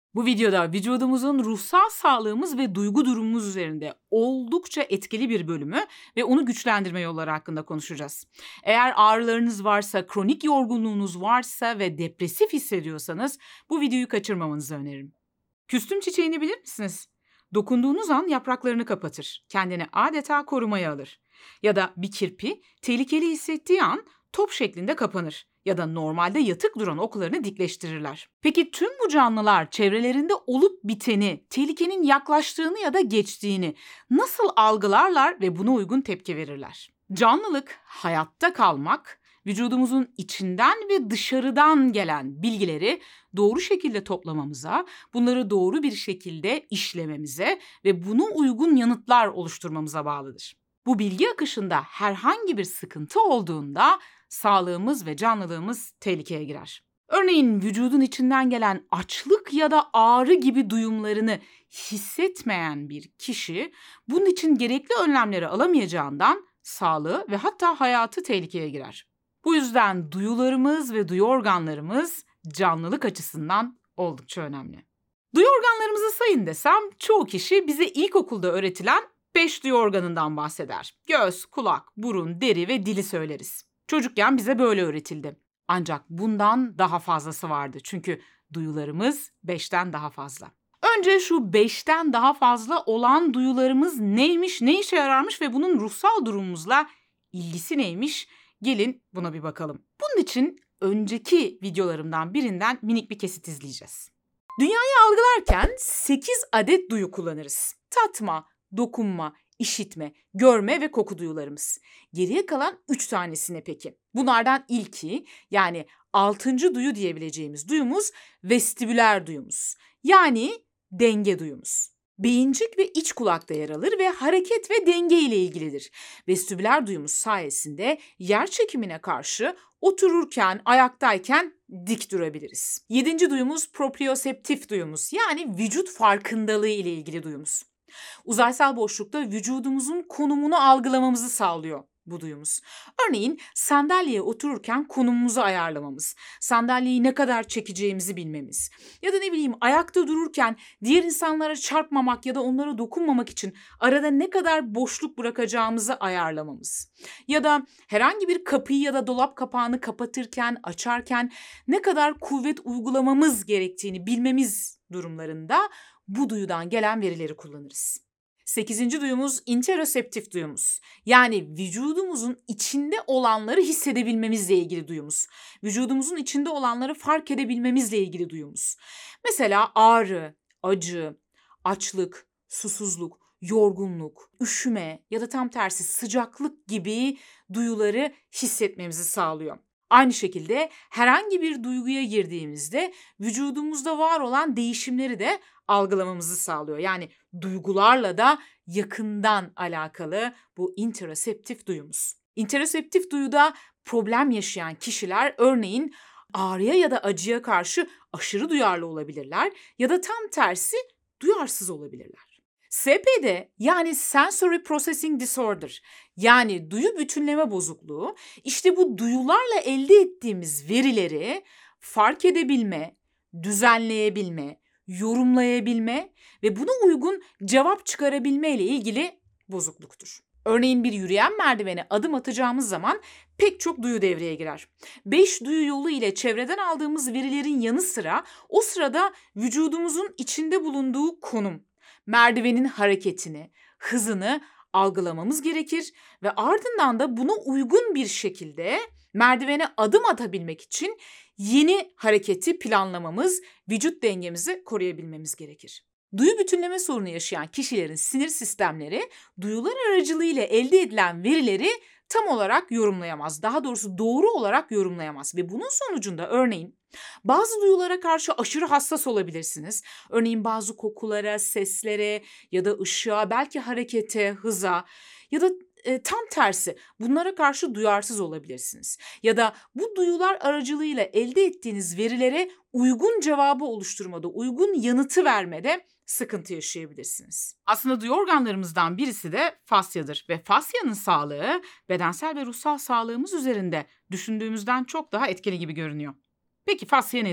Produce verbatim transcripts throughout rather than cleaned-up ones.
Bu videoda vücudumuzun ruhsal sağlığımız ve duygu durumumuz üzerinde oldukça etkili bir bölümü ve onu güçlendirme yolları hakkında konuşacağız. Eğer ağrılarınız varsa, kronik yorgunluğunuz varsa ve depresif hissediyorsanız bu videoyu kaçırmamanızı öneririm. Küstüm çiçeğini bilir misiniz? Dokunduğunuz an yapraklarını kapatır, kendini adeta korumaya alır. Ya da bir kirpi tehlikeli hissettiği an top şeklinde kapanır ya da normalde yatık duran oklarını dikleştirirler. Peki tüm bu canlılar çevrelerinde olup biteni, tehlikenin yaklaştığını ya da geçtiğini nasıl algılarlar ve buna uygun tepki verirler? Canlılık, hayatta kalmak, vücudumuzun içinden ve dışarıdan gelen bilgileri doğru şekilde toplamamıza, bunları doğru bir şekilde işlememize ve buna uygun yanıtlar oluşturmamıza bağlıdır. Bu bilgi akışında herhangi bir sıkıntı olduğunda sağlığımız ve canlılığımız tehlikeye girer. Örneğin vücudun içinden gelen açlık ya da ağrı gibi duyumlarını hissetmeyen bir kişi bunun için gerekli önlemleri alamayacağından sağlığı ve hatta hayatı tehlikeye girer. Bu yüzden duyularımız ve duyu organlarımız canlılık açısından oldukça önemli. Duyu organlarımızı sayın desem çoğu kişi bize ilkokulda öğretilen beş duyu organından bahseder. Göz, kulak, burun, deri ve dili söyleriz. Çocukken bize böyle öğretildi. Ancak bundan daha fazlası vardı. Çünkü duyularımız beşten daha fazla. Önce şu beşten daha fazla olan duyularımız neymiş, ne işe yararmış ve bunun ruhsal durumumuzla ilgisi neymiş? Gelin buna bir bakalım. Bunun için önceki videolarımdan birinden minik bir kesit izleyeceğiz. Dünyayı algılarken sekiz adet duyu kullanırız. Tatma, dokunma, işitme, görme ve koku duyularımız. Geriye kalan üç tanesine peki. Bunlardan ilki yani altıncı duyu diyebileceğimiz duyumuz vestibüler duyumuz. Yani denge duyumuz. Beyincik ve iç kulakta yer alır ve hareket ve denge ile ilgilidir. Vestibüler duyumuz sayesinde yer çekimine karşı otururken, ayaktayken dik durabiliriz. Yedinci duyumuz proprioseptif duyumuz yani vücut farkındalığı ile ilgili duyumuz. Uzaysal boşlukta vücudumuzun konumunu algılamamızı sağlıyor bu duyumuz. Örneğin sandalyeye otururken konumumuzu ayarlamamız, sandalyeyi ne kadar çekeceğimizi bilmemiz ya da ne bileyim ayakta dururken diğer insanlara çarpmamak ya da onlara dokunmamak için arada ne kadar boşluk bırakacağımızı ayarlamamız ya da herhangi bir kapıyı ya da dolap kapağını kapatırken, açarken ne kadar kuvvet uygulamamız gerektiğini bilmemiz durumlarında bu duyudan gelen verileri kullanırız. Sekizinci duyumuz interoseptif duyumuz. Yani vücudumuzun içinde olanları hissedebilmemizle ilgili duyumuz. Vücudumuzun içinde olanları fark edebilmemizle ilgili duyumuz. Mesela ağrı, acı, açlık, susuzluk, yorgunluk, üşüme ya da tam tersi sıcaklık gibi duyuları hissetmemizi sağlıyor. Aynı şekilde herhangi bir duyguya girdiğimizde vücudumuzda var olan değişimleri de algılamamızı sağlıyor. Yani duygularla da yakından alakalı bu interoseptif duyumuz. İnteroseptif duyuda problem yaşayan kişiler örneğin ağrıya ya da acıya karşı aşırı duyarlı olabilirler ya da tam tersi duyarsız olabilirler. S P D yani Sensory Processing Disorder yani duyu bütünleme bozukluğu işte bu duyularla elde ettiğimiz verileri fark edebilme, düzenleyebilme, yorumlayabilme ve buna uygun cevap çıkarabilme ile ilgili bozukluktur. Örneğin bir yürüyen merdivene adım atacağımız zaman pek çok duyu devreye girer. Beş duyu yolu ile çevreden aldığımız verilerin yanı sıra o sırada vücudumuzun içinde bulunduğu konum, merdivenin hareketini, hızını algılamamız gerekir ve ardından da buna uygun bir şekilde merdivene adım atabilmek için yeni hareketi planlamamız, vücut dengemizi koruyabilmemiz gerekir. Duyu bütünleme sorunu yaşayan kişilerin sinir sistemleri duyular aracılığıyla elde edilen verileri tam olarak yorumlayamaz. Daha doğrusu doğru olarak yorumlayamaz ve bunun sonucunda örneğin bazı duyulara karşı aşırı hassas olabilirsiniz. Örneğin bazı kokulara, seslere ya da ışığa, belki harekete, hıza ya da e, tam tersi bunlara karşı duyarsız olabilirsiniz. Ya da bu duyular aracılığıyla elde ettiğiniz verilere uygun cevabı oluşturmada, uygun yanıtı vermede sıkıntı yaşayabilirsiniz. Aslında duyu organlarımızdan birisi de fasyadır ve fasyanın sağlığı bedensel ve ruhsal sağlığımız üzerinde düşündüğümüzden çok daha etkili gibi görünüyor. Peki fasya nedir?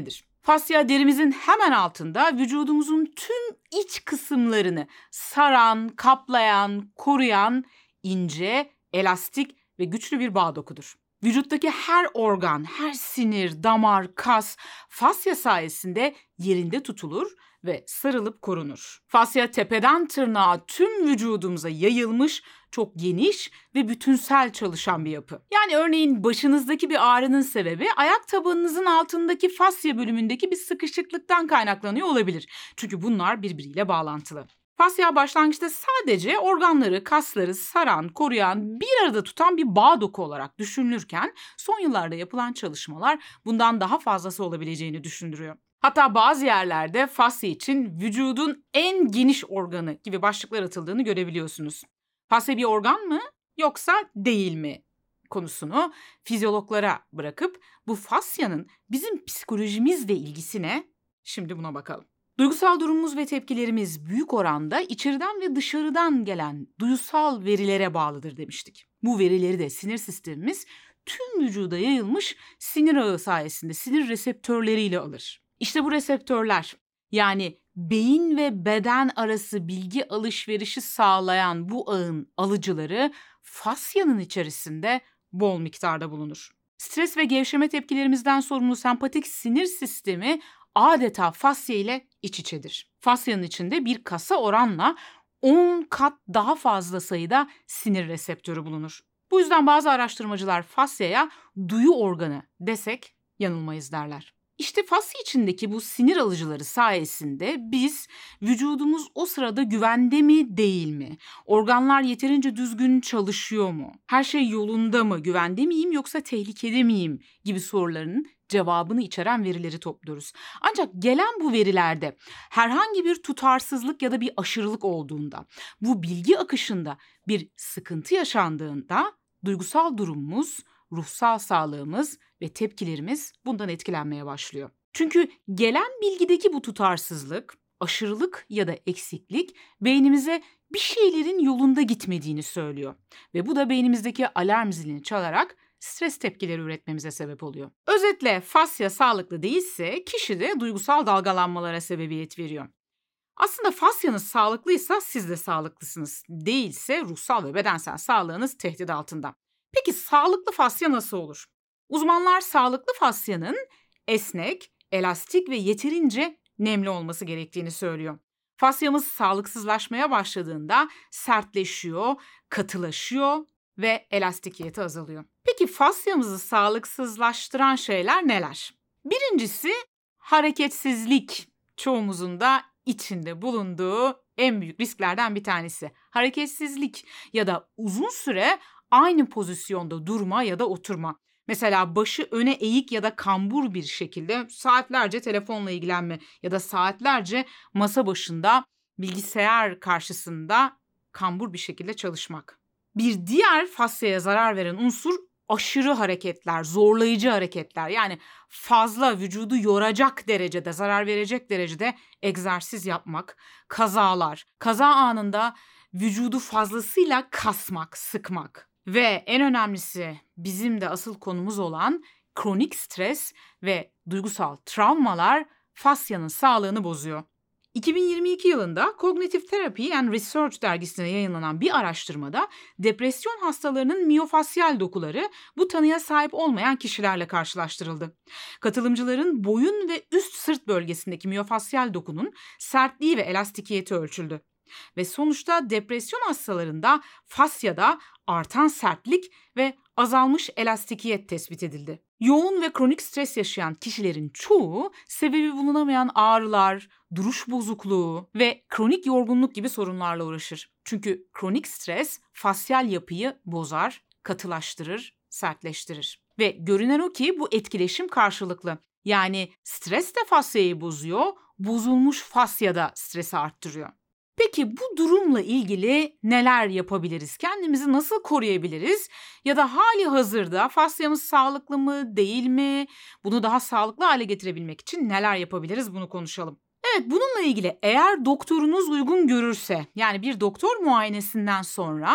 Fasya derimizin hemen altında vücudumuzun tüm iç kısımlarını saran, kaplayan, koruyan ince, elastik ve güçlü bir bağ dokudur. Vücuttaki her organ, her sinir, damar, kas fasya sayesinde yerinde tutulur ve sarılıp korunur. Fasya tepeden tırnağa tüm vücudumuza yayılmış, çok geniş ve bütünsel çalışan bir yapı. Yani örneğin başınızdaki bir ağrının sebebi ayak tabanınızın altındaki fasya bölümündeki bir sıkışıklıktan kaynaklanıyor olabilir. Çünkü bunlar birbiriyle bağlantılı. Fasya başlangıçta sadece organları, kasları saran, koruyan, bir arada tutan bir bağ doku olarak düşünülürken son yıllarda yapılan çalışmalar bundan daha fazlası olabileceğini düşündürüyor. Hatta bazı yerlerde fasya için vücudun en geniş organı gibi başlıklar atıldığını görebiliyorsunuz. Fasya bir organ mı yoksa değil mi konusunu fizyologlara bırakıp bu fasyanın bizim psikolojimizle ilgisine şimdi buna bakalım. Duygusal durumumuz ve tepkilerimiz büyük oranda içeriden ve dışarıdan gelen duyusal verilere bağlıdır demiştik. Bu verileri de sinir sistemimiz tüm vücuda yayılmış sinir ağı sayesinde sinir reseptörleriyle alır. İşte bu reseptörler, yani beyin ve beden arası bilgi alışverişi sağlayan bu ağın alıcıları fasyanın içerisinde bol miktarda bulunur. Stres ve gevşeme tepkilerimizden sorumlu sempatik sinir sistemi adeta fasya ile iç içedir. Fasyanın içinde bir kasa oranla on kat daha fazla sayıda sinir reseptörü bulunur. Bu yüzden bazı araştırmacılar fasyaya duyu organı desek yanılmayız derler. İşte fasya içindeki bu sinir alıcıları sayesinde biz vücudumuz o sırada güvende mi değil mi? Organlar yeterince düzgün çalışıyor mu? Her şey yolunda mı? Güvende miyim yoksa tehlikede miyim? Gibi soruların cevabını içeren verileri topluyoruz. Ancak gelen bu verilerde herhangi bir tutarsızlık ya da bir aşırılık olduğunda, bu bilgi akışında bir sıkıntı yaşandığında duygusal durumumuz, ruhsal sağlığımız ve tepkilerimiz bundan etkilenmeye başlıyor. Çünkü gelen bilgideki bu tutarsızlık, aşırılık ya da eksiklik beynimize bir şeylerin yolunda gitmediğini söylüyor. Ve bu da beynimizdeki alarm zilini çalarak stres tepkileri üretmemize sebep oluyor. Özetle fasya sağlıklı değilse kişide duygusal dalgalanmalara sebebiyet veriyor. Aslında fasyanız sağlıklıysa siz de sağlıklısınız. Değilse ruhsal ve bedensel sağlığınız tehdit altında. Peki sağlıklı fasya nasıl olur? Uzmanlar sağlıklı fasyanın esnek, elastik ve yeterince nemli olması gerektiğini söylüyor. Fasyamız sağlıksızlaşmaya başladığında sertleşiyor, katılaşıyor ve elastikiyeti azalıyor. Peki fasyamızı sağlıksızlaştıran şeyler neler? Birincisi hareketsizlik. Çoğumuzun da içinde bulunduğu en büyük risklerden bir tanesi. Hareketsizlik ya da uzun süre aynı pozisyonda durma ya da oturma. Mesela başı öne eğik ya da kambur bir şekilde saatlerce telefonla ilgilenme ya da saatlerce masa başında bilgisayar karşısında kambur bir şekilde çalışmak. Bir diğer fasyaya zarar veren unsur aşırı hareketler, zorlayıcı hareketler. Yani fazla vücudu yoracak derecede, zarar verecek derecede egzersiz yapmak, kazalar, kaza anında vücudu fazlasıyla kasmak, sıkmak. Ve en önemlisi bizim de asıl konumuz olan kronik stres ve duygusal travmalar fasyanın sağlığını bozuyor. iki bin yirmi iki yılında Cognitive Therapy and Research dergisine yayınlanan bir araştırmada depresyon hastalarının miyofasyal dokuları bu tanıya sahip olmayan kişilerle karşılaştırıldı. Katılımcıların boyun ve üst sırt bölgesindeki miyofasyal dokunun sertliği ve elastikiyeti ölçüldü. Ve sonuçta depresyon hastalarında fasyada artan sertlik ve azalmış elastikiyet tespit edildi. Yoğun ve kronik stres yaşayan kişilerin çoğu sebebi bulunamayan ağrılar, duruş bozukluğu ve kronik yorgunluk gibi sorunlarla uğraşır. Çünkü kronik stres fasyal yapıyı bozar, katılaştırır, sertleştirir. Ve görünen o ki bu etkileşim karşılıklı. Yani stres de fasyayı bozuyor, bozulmuş fasya da stresi arttırıyor. Peki bu durumla ilgili neler yapabiliriz? Kendimizi nasıl koruyabiliriz? Ya da hali hazırda fasyamız sağlıklı mı, değil mi? Bunu daha sağlıklı hale getirebilmek için neler yapabiliriz? Bunu konuşalım. Evet, bununla ilgili eğer doktorunuz uygun görürse, yani bir doktor muayenesinden sonra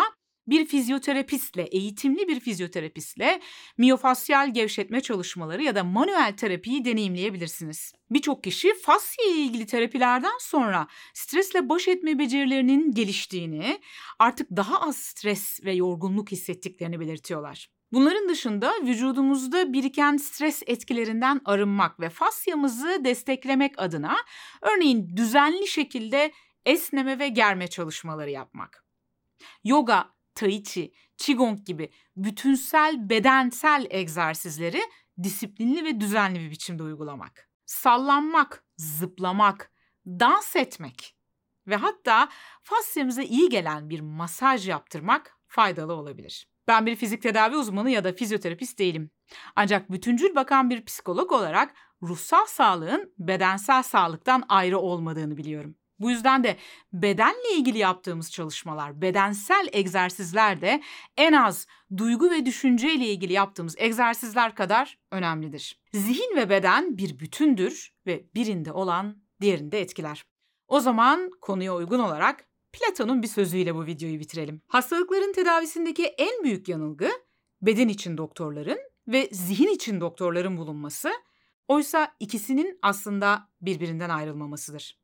Bir fizyoterapistle, eğitimli bir fizyoterapistle miyofasyal gevşetme çalışmaları ya da manuel terapiyi deneyimleyebilirsiniz. Birçok kişi fasya ile ilgili terapilerden sonra stresle baş etme becerilerinin geliştiğini, artık daha az stres ve yorgunluk hissettiklerini belirtiyorlar. Bunların dışında vücudumuzda biriken stres etkilerinden arınmak ve fasyamızı desteklemek adına örneğin düzenli şekilde esneme ve germe çalışmaları yapmak. Yoga, tai chi, qigong gibi bütünsel bedensel egzersizleri disiplinli ve düzenli bir biçimde uygulamak. Sallanmak, zıplamak, dans etmek ve hatta fasyamıza iyi gelen bir masaj yaptırmak faydalı olabilir. Ben bir fizik tedavi uzmanı ya da fizyoterapist değilim. Ancak bütüncül bakan bir psikolog olarak ruhsal sağlığın bedensel sağlıktan ayrı olmadığını biliyorum. Bu yüzden de bedenle ilgili yaptığımız çalışmalar, bedensel egzersizler de en az duygu ve düşünce ile ilgili yaptığımız egzersizler kadar önemlidir. Zihin ve beden bir bütündür ve birinde olan diğerinde etkiler. O zaman konuya uygun olarak Platon'un bir sözüyle bu videoyu bitirelim. Hastalıkların tedavisindeki en büyük yanılgı beden için doktorların ve zihin için doktorların bulunması, oysa ikisinin aslında birbirinden ayrılmamasıdır.